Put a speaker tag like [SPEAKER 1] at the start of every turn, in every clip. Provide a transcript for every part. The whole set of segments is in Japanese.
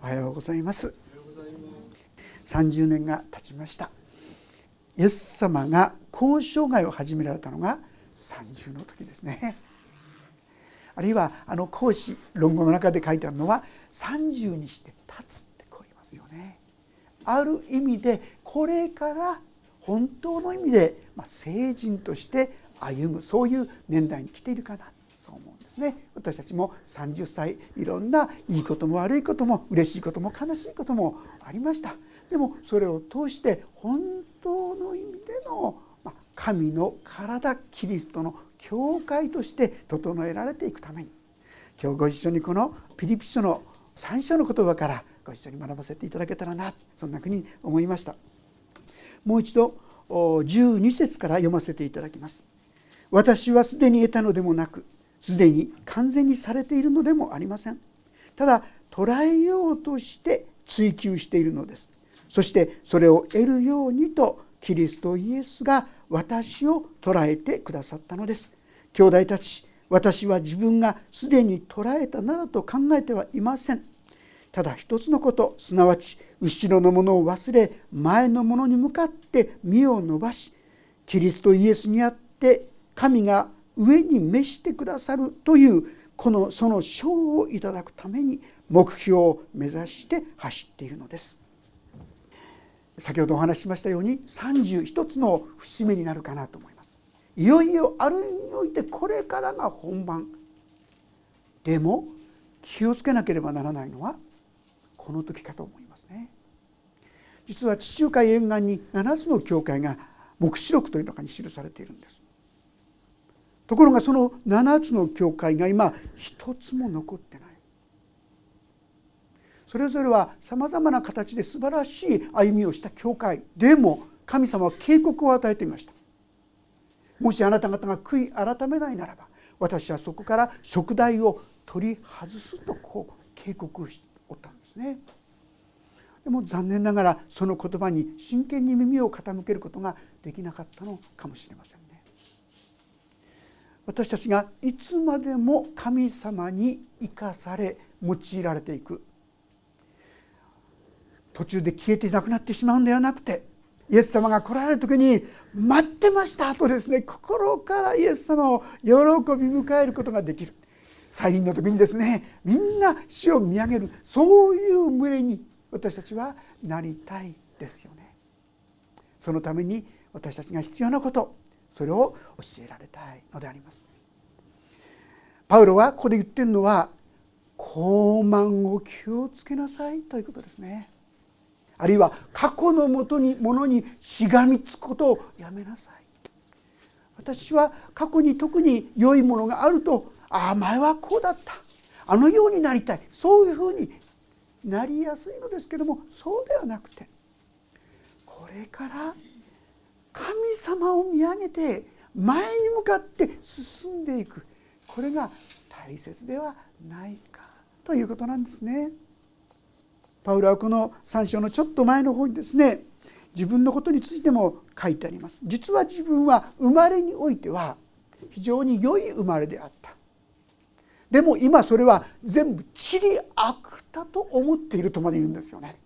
[SPEAKER 1] おはようございます。30年が経ちました。イエス様が交渉外を始められたのが30の時ですね。あるいは孔子論語の中で書いてあるのは30にして立つってこう言いますよね。ある意味でこれから本当の意味で成人として歩む、そういう年代に来ているかな、そう思うんですね。私たちも30歳、いろんないいことも悪いことも嬉しいことも悲しいこともありました。でもそれを通して本当の意味での神の体、キリストの教会として整えられていくために、今日ご一緒にこのピリピ書の3章の言葉からご一緒に学ばせていただけたらな、そんなふうに思いました。もう一度12節から読ませていただきます。私はすでに得たのでもなく、すでに完全にされているのでもありません。ただ捉えようとして追求しているのです。そしてそれを得るようにとキリストイエスが私を捉えてくださったのです。兄弟たち、私は自分がすでに捉えたなどと考えてはいません。ただ一つのこと、すなわち後ろのものを忘れ前のものに向かって身を伸ばし、キリストイエスにあって神が上に召してくださるというその賞をいただくために目標を目指して走っているのです。先ほどお話ししましたように31つの節目になるかなと思います。いよいよある意味においてこれからが本番でも、気をつけなければならないのはこの時かと思いますね。実は地中海沿岸に7つの教会が黙示録という中に記されているんです。ところがその7つの教会が今一つも残ってない。それぞれはさまざまな形で素晴らしい歩みをした教会でも、神様は警告を与えていました。もしあなた方が悔い改めないならば、私はそこから食材を取り外すとこう警告しておったんですね。でも残念ながらその言葉に真剣に耳を傾けることができなかったのかもしれませんね。私たちがいつまでも神様に生かされ用いられていく、途中で消えてなくなってしまうんではなくて、イエス様が来られる時に待ってましたとですね、心からイエス様を喜び迎えることができる。再臨の時にですね、みんな死を見上げる、そういう群れに私たちはなりたいですよね。そのために私たちが必要なこと、それを教えられたいのであります。パウロはここで言ってるのは、傲慢を気をつけなさいということですね。あるいは過去のものにしがみつくことをやめなさい。私は過去に特に良いものがあると、前はこうだった、あのようになりたい、そういうふうになりやすいのですけども、そうではなくて、これから神様を見上げて前に向かって進んでいく、これが大切ではないかということなんですね。パウロはこの3章のちょっと前の方にですね、自分のことについても書いてあります。実は自分は生まれにおいては非常に良い生まれであった。でも今それは全部塵悪だと思っているとまで言うんですよね。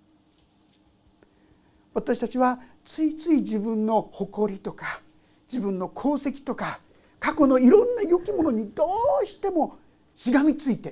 [SPEAKER 1] 私たちはついつい自分の誇りとか自分の功績とか過去のいろんな良きものにどうしてもしがみついて、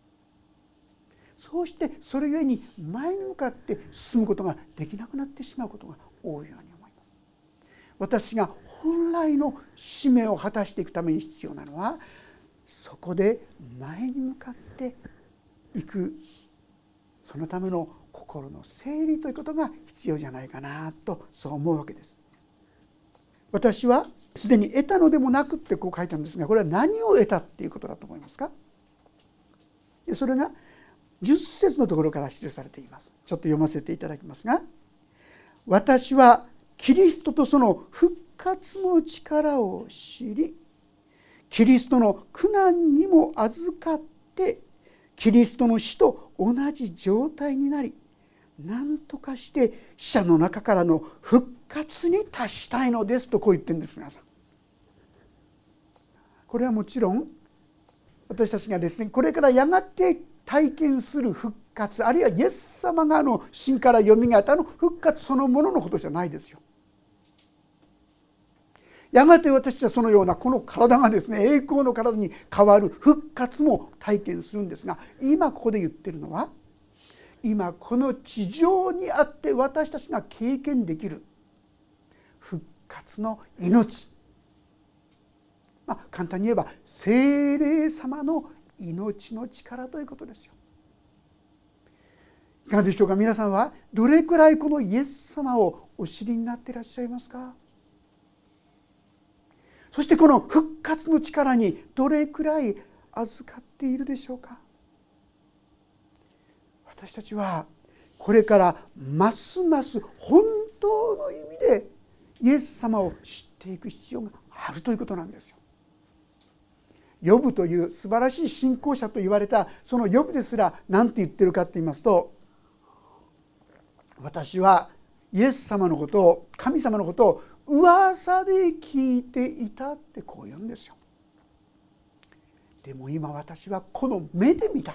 [SPEAKER 1] そうしてそれゆえに前に向かって進むことができなくなってしまうことが多いように思います。私が本来の使命を果たしていくために必要なのは、そこで前に向かっていく、そのための心の整理ということが必要じゃないかなと、そう思うわけです。私はすでに得たのでもなくってこう書いたんですが、これは何を得たっていうことだと思いますか？それが10節のところから記されています。ちょっと読ませていただきますが、私はキリストとその復活の力を知り、キリストの苦難にも預かってキリストの死と同じ状態になり、何とかして死者の中からの復活に達したいのですとこう言ってるんです。皆さん、これはもちろん私たちがですね、これからやがて体験する復活、あるいはイエス様が死からよみがえった復活そのもののことじゃないですよ。やがて私たちはそのようなこの体がですね、栄光の体に変わる復活も体験するんですが、今ここで言ってるのは、今この地上にあって私たちが経験できる復活の命、簡単に言えば聖霊様の命の力ということですよ。いかがでしょうか。皆さんはどれくらいこのイエス様をお知りになっていらっしゃいますか。そしてこの復活の力にどれくらい預かっているでしょうか。私たちはこれからますます本当の意味でイエス様を知っていく必要があるということなんですよ。ヨブという素晴らしい信仰者と言われたそのヨブですら何て言ってるかと言いますと、私はイエス様のことを、神様のことを噂で聞いていたってこう言うんですよ。でも今私はこの目で見た。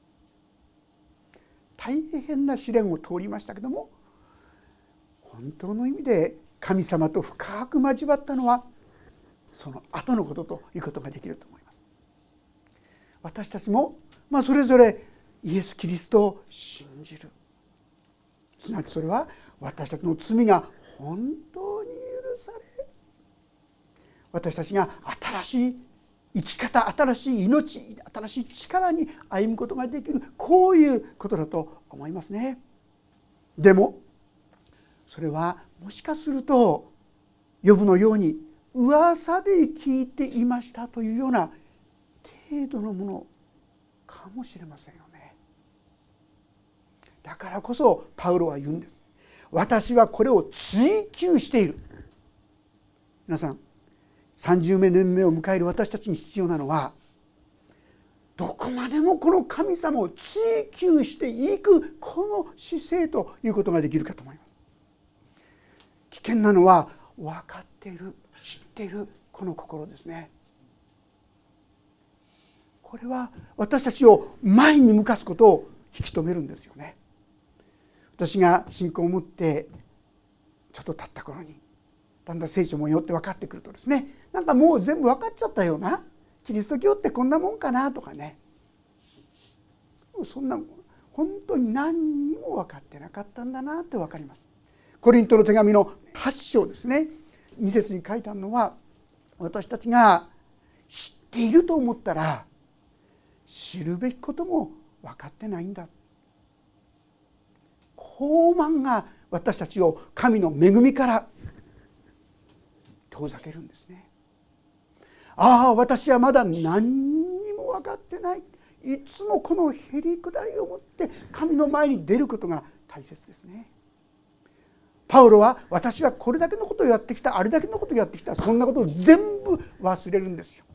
[SPEAKER 1] 大変な試練を通りましたけども、本当の意味で神様と深く交わったのはその後のことということができると思います。私たちもそれぞれイエス・キリストを信じる、すなわちそれは私たちの罪が本当に許され、私たちが新しい生き方、新しい命、新しい力に歩むことができる、こういうことだと思いますね。でもそれはもしかするとヨブのように噂で聞いていましたというような程度のものかもしれませんよね。だからこそパウロは言うんです。私はこれを追求している。皆さん、30年目を迎える私たちに必要なのは、どこまでもこの神様を追求していくこの姿勢ということができるかと思います。危険なのは分かっている、知っているこの心ですね。これは私たちを前に向かすことを引き止めるんですよね。私が信仰を持ってちょっと経った頃に、だんだん聖書もよって分かってくるとですね、なんかもう全部分かっちゃったような、キリスト教ってこんなもんかなとかね、そんな本当に何にも分かってなかったんだなって分かります。コリントの手紙の8章ですね、2節に書いてあるのは、私たちが知っていると思ったら知るべきことも分かってないんだ。傲慢が私たちを神の恵みから遠ざけるんですね。ああ、私はまだ何にも分かってない。いつもこのへりくだりを持って神の前に出ることが大切ですね。パウロは、私はこれだけのことをやってきた、あれだけのことをやってきた、そんなことを全部忘れるんですよ。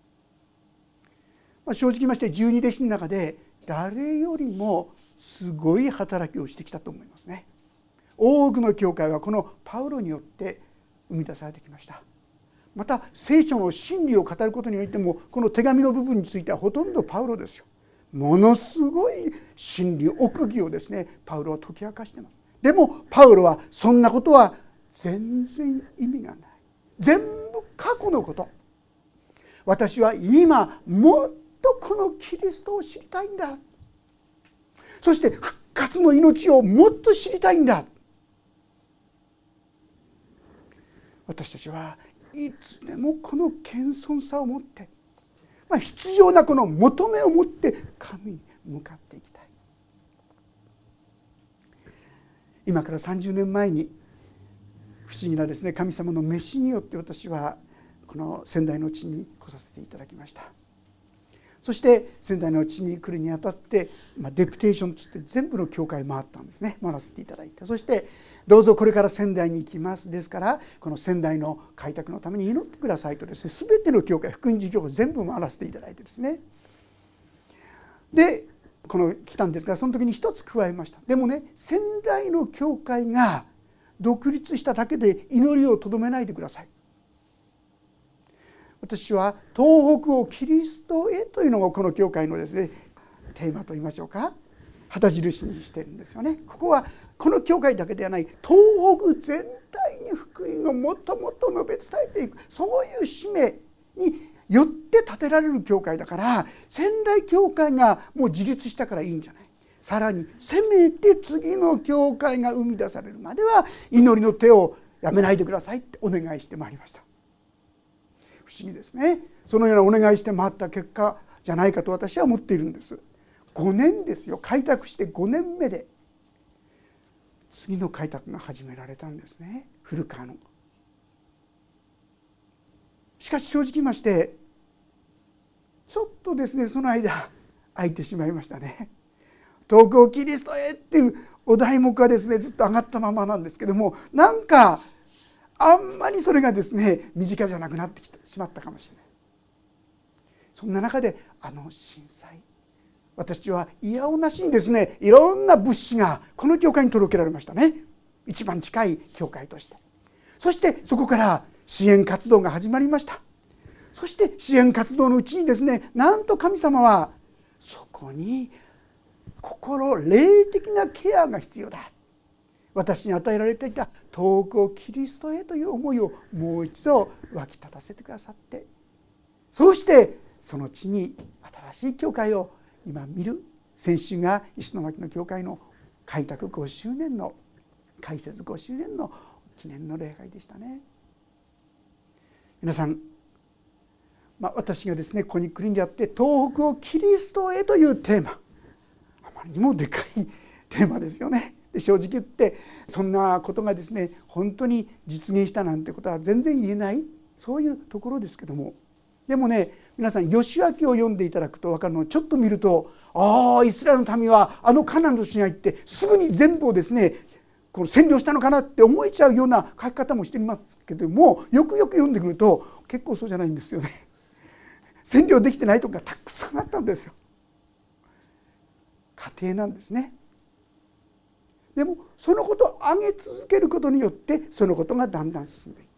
[SPEAKER 1] 正直言いまして、十二弟子の中で誰よりもすごい働きをしてきたと思いますね。多くの教会はこのパウロによって生み出されてきました。また聖書の真理を語ることにおいても、この手紙の部分についてはほとんどパウロですよ。ものすごい真理、奥義をですね、パウロは解き明かしています。でもパウロはそんなことは全然意味がない。全部過去のこと。私は今もっとこのキリストを知りたいんだ。そして復活の命をもっと知りたいんだ。私たちはいつでもこの謙遜さを持って、必要なこの求めを持って神に向かっていきたい。今から30年前に不思議なですね、神様の召しによって私はこの仙台の地に来させていただきました。そして仙台の地に来るにあたって、デプテーションとして全部の教会回ったんですね。回らせていただいて、そしてどうぞこれから仙台に行きます、ですからこの仙台の開拓のために祈ってくださいとですね、全ての教会、福音事業を全部回らせていただいてですね、で来たんですが、その時に一つ加えました。でもね、仙台の教会が独立しただけで祈りをとどめないでください。私は東北をキリストへというのがこの教会のですねテーマといいましょうか、 旗印にしてるんですよね。ここはこの教会だけではない、東北全体に福音をもっともっと述べ伝えていく、そういう使命によって建てられる教会だから、仙台教会がもう自立したからいいんじゃない。さらにせめて次の教会が生み出されるまでは祈りの手をやめないでくださいってお願いしてまいりました。不思議ですね。そのようなお願いして回った結果じゃないかと私は思っているんです。5年ですよ。開拓して5年目で次の開拓が始められたんですね、古川の。しかし正直言いましてちょっとですね、その間空いてしまいましたね。遠くをキリストへっていうお題目はですねずっと上がったままなんですけども、なんかあんまりそれがですね身近じゃなくなってきてしまったかもしれない。そんな中で震災、私はいやおなしにですねいろんな物資がこの教会に届けられましたね。一番近い教会として。そしてそこから支援活動が始まりました。そして支援活動のうちにですね、なんと神様はそこに霊的なケアが必要だ、私に与えられていた遠くをキリストへという思いをもう一度湧き立たせてくださって、そうしてその地に新しい教会を今見る。先週が石巻の教会の開拓5周年の開設5周年の記念の礼拝でしたね。皆さん、私がですねここに来るんであって東北をキリストへというテーマ、あまりにもでかいテーマですよね。で正直言ってそんなことがですね本当に実現したなんてことは全然言えない、そういうところですけども、でもね皆さん義明を読んでいただくと分かるのをちょっと見ると、イスラエルの民はカナンの地に入ってすぐに全部をですねこの占領したのかなって思えちゃうような書き方もしていますけども、よくよく読んでくると結構そうじゃないんですよね。占領できてないところがたくさんあったんですよ。過程なんですね。でもそのことを挙げ続けることによってそのことがだんだん進んでいった。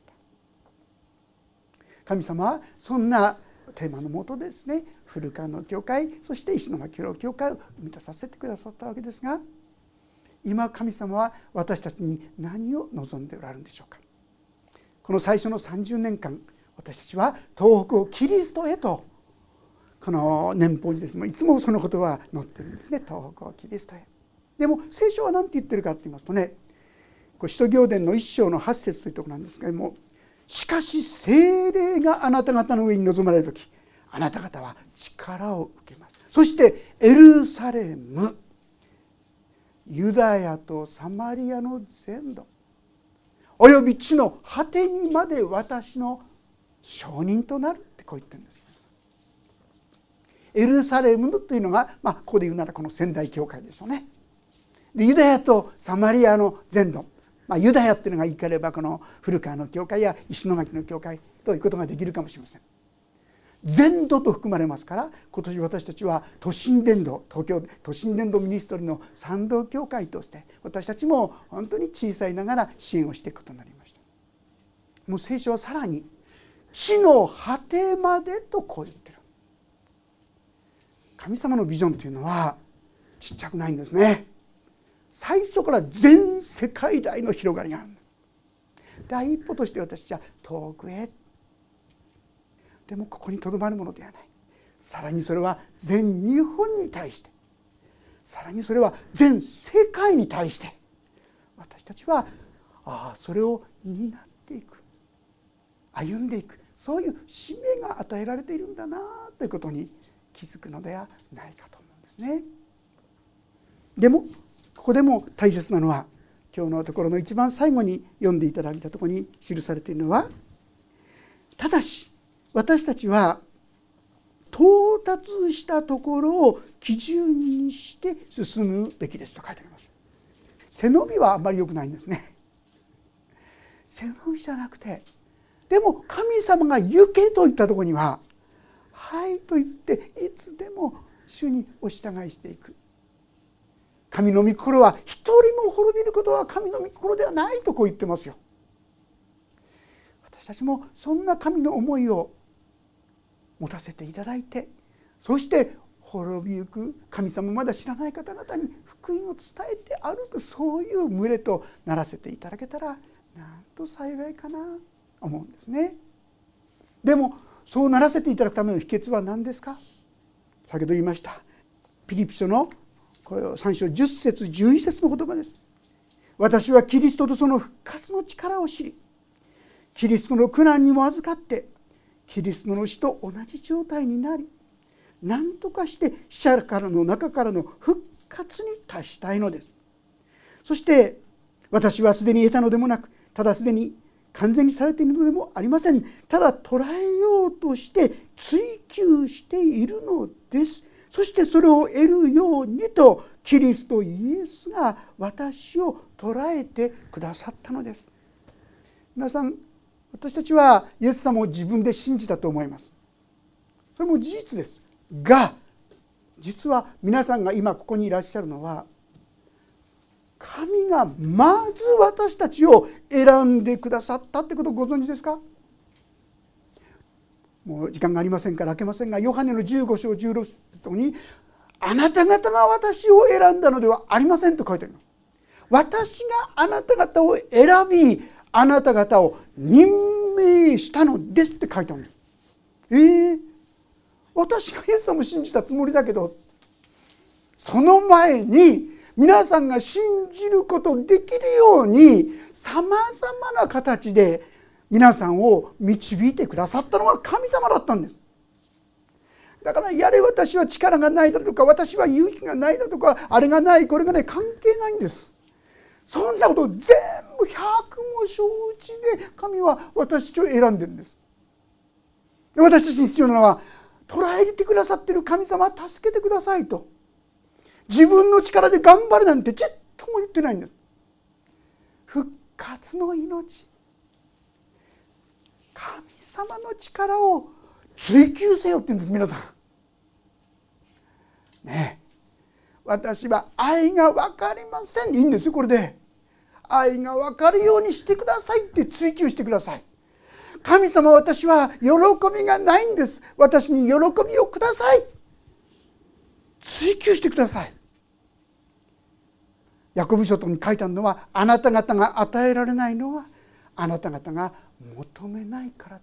[SPEAKER 1] 神様はそんなテーマのもとですね古川の教会、そして石巻の教会を生み出させてくださったわけですが、今神様は私たちに何を望んでおられるんでしょうか。この最初の30年間私たちは東北をキリストへとこの年報にですねいつもその言葉が載ってるんですね。東北をキリストへ。でも聖書は何て言ってるかって言いますとね、使徒行伝の1章の8節というところなんですけれども、しかし聖霊があなた方の上に臨まれるとき、あなた方は力を受けます。そしてエルサレム、ユダヤとサマリアの全土および地の果てにまで私の証人となるってこう言ってるんですよ。エルサレムというのが、ここで言うならこの仙台教会でしょうね。でユダヤとサマリアの全土、ユダヤっていうのが言い換えればこの古川の教会や石巻の教会ということができるかもしれません。全土と含まれますから、今年私たちは都心伝道、東京都心伝道ミニストリーの賛同教会として私たちも本当に小さいながら支援をしていくことになりました。もう聖書はさらに地の果てまでとこう言ってる。神様のビジョンというのはちっちゃくないんですね。最初から全世界大の広がりがある。第一歩として私たちは遠くへ、でもここにとどまるものではない。さらにそれは全日本に対して、さらにそれは全世界に対して私たちはそれを担っていく、歩んでいく、そういう使命が与えられているんだなということに気づくのではないかと思うんですね。でもここでも大切なのは、今日のところの一番最後に読んでいただいたところに記されているのは、ただし私たちは到達したところを基準にして進むべきですと書いてあります。背伸びはあんまり良くないんですね。背伸びじゃなくて、でも神様が行けと言ったところにははいと言っていつでも主にお従いしていく。神の御心は一人も滅びることは神の御心ではないとこう言ってますよ。私たちもそんな神の思いを持たせていただいて、そして滅びゆく神様まだ知らない方々に福音を伝えて歩く、そういう群れとならせていただけたらなんと幸いかなと思うんですね。でもそうならせていただくための秘訣は何ですか。先ほど言いましたピリピ書の3章10節11節の言葉です。私はキリストとその復活の力を知り、キリストの苦難にも預かってキリストの死と同じ状態になり、何とかして死者からの中からの復活に達したいのです。そして私はすでに得たのでもなく、ただすでに完全にされているのでもありません。ただ捉えようとして追求しているのです。そしてそれを得るようにとキリストイエスが私を捉えてくださったのです。皆さん、私たちはイエス様を自分で信じたと思います。それも事実ですが、実は皆さんが今ここにいらっしゃるのは、神がまず私たちを選んでくださったってことをご存知ですか。もう時間がありませんから開けませんが、ヨハネの15章16節にあなた方が私を選んだのではありませんと書いてあります。私があなた方を選び、あなた方を任命したのですって書いてあるんです。私がイエス様を信じたつもりだけど、その前に皆さんが信じることできるようにさまざまな形で皆さんを導いてくださったのが神様だったんです。だからやれ私は力がないだとか、私は勇気がないだとか、あれがないこれがない関係ないんです。そんなことを全部百も承知で神は私たちを選んでるんです。私たちに必要なのは、捉えてくださっている神様は助けてくださいと、自分の力で頑張るなんてちっとも言ってないんです。復活の命、神様の力を追求せよって言うんです。皆さんねえ、私は愛が分かりません、いいんですよ。これで愛が分かるようにしてくださいって追求してください。神様、私は喜びがないんです、私に喜びをください、追求してください。ヤコブ書に書いてあるのは、あなた方が与えられないのはあなた方が求めないからだ。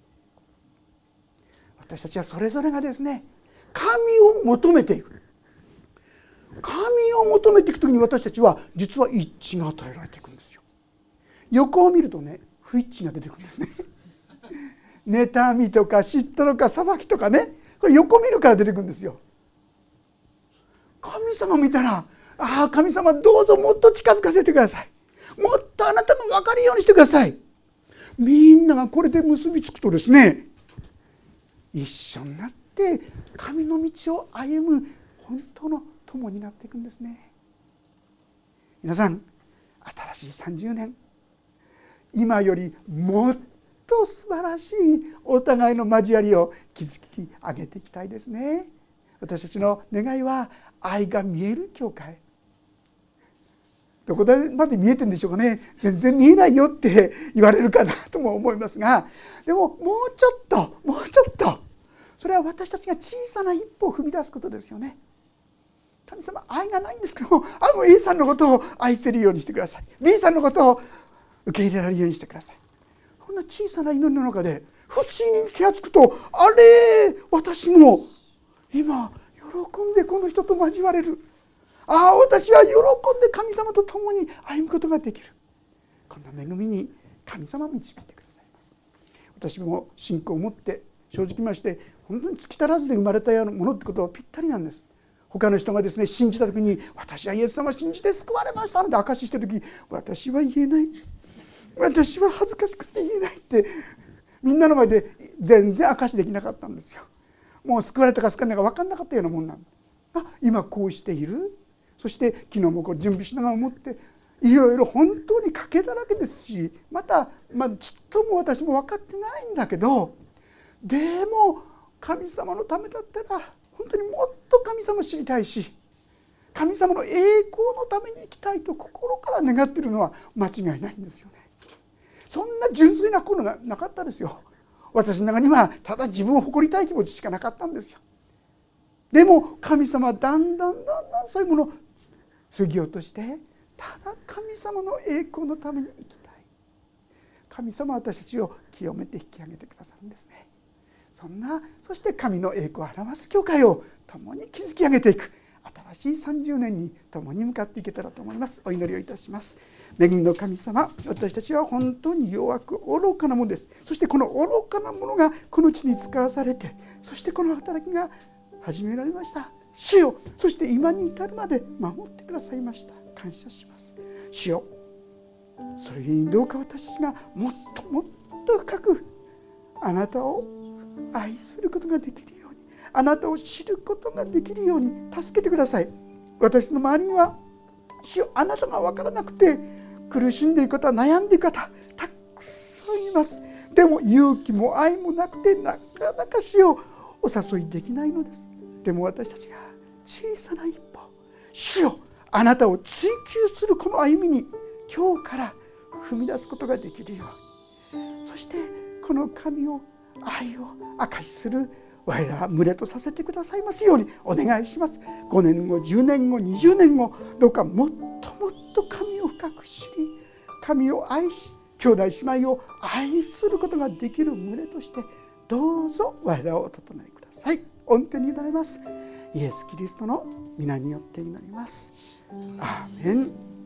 [SPEAKER 1] 私たちはそれぞれがですね、神を求めていく。神を求めていくときに私たちは実は一致が与えられていくんですよ。横を見るとね、不一致が出てくるんですね。妬みとか嫉妬とか裁きとかね、これ横見るから出てくるんですよ。神様見たら、神様どうぞもっと近づかせてください、もっとあなたが分かるようにしてください。みんながこれで結びつくとですね、一緒になって神の道を歩む本当の友になっていくんですね。皆さん、新しい30年、今よりもっと素晴らしいお互いの交わりを築き上げていきたいですね。私たちの願いは愛が見える教会。どこまで見えてるんでしょうかね。全然見えないよって言われるかなとも思いますが、でももうちょっとそれは私たちが小さな一歩を踏み出すことですよね。神様、愛がないんですけども、A さんのことを愛せるようにしてください、 B さんのことを受け入れられるようにしてください。こんな小さな祈りの中で不思議に気がつくと、あれ、私も今喜んでこの人と交われる、私は喜んで神様と共に歩むことができる。こんな恵みに神様導いてくださいます。私も信仰を持って正直まして本当に月足らずで生まれたようなものってことはぴったりなんです。他の人がですね、信じた時に私はイエス様を信じて救われましたって証ししてる時、私は言えない、私は恥ずかしくて言えないってみんなの前で全然証しできなかったんですよ。もう救われたか救われないか分かんなかったようなもんなんだ。今こうしている。そして昨日も準備しながら思って、いろいろ本当に賭けだらけですし、また、ちっとも私も分かってないんだけど、でも神様のためだったら本当にもっと神様を知りたいし、神様の栄光のために生きたいと心から願っているのは間違いないんですよね。そんな純粋な心がなかったですよ。私の中にはただ自分を誇りたい気持ちしかなかったんですよ。 でも神様はだんだんそういうものを過ぎようとして、ただ神様の栄光のために生きたい。神様は私たちを清めて引き上げてくださるんですね。そして神の栄光を表す教会を共に築き上げていく新しい30年に共に向かっていけたらと思います。お祈りをいたします。恵みの神様、私たちは本当に弱く愚かなものです。そしてこの愚かなものがこの地に使わされて、そしてこの働きが始められました。主よ、そして今に至るまで守ってくださいました。感謝します。主よ、それにどうか私たちがもっと深くあなたを愛することができるように、あなたを知ることができるように助けてください。私の周りには主よ、あなたが分からなくて苦しんでいる方、悩んでいる方たくさんいます。でも勇気も愛もなくてなかなか主よお誘いできないのです。でも私たちが小さな一歩、主よ、あなたを追求するこの歩みに今日から踏み出すことができるように、そしてこの神を愛を証しする我ら群れとさせてくださいますようにお願いします。5年後、10年後、20年後、どうかもっと神を深く知り、神を愛し、兄弟姉妹を愛することができる群れとしてどうぞ我らをお整えください。御手に委ねます。イエス・キリストの皆によって祈ります。アーメン。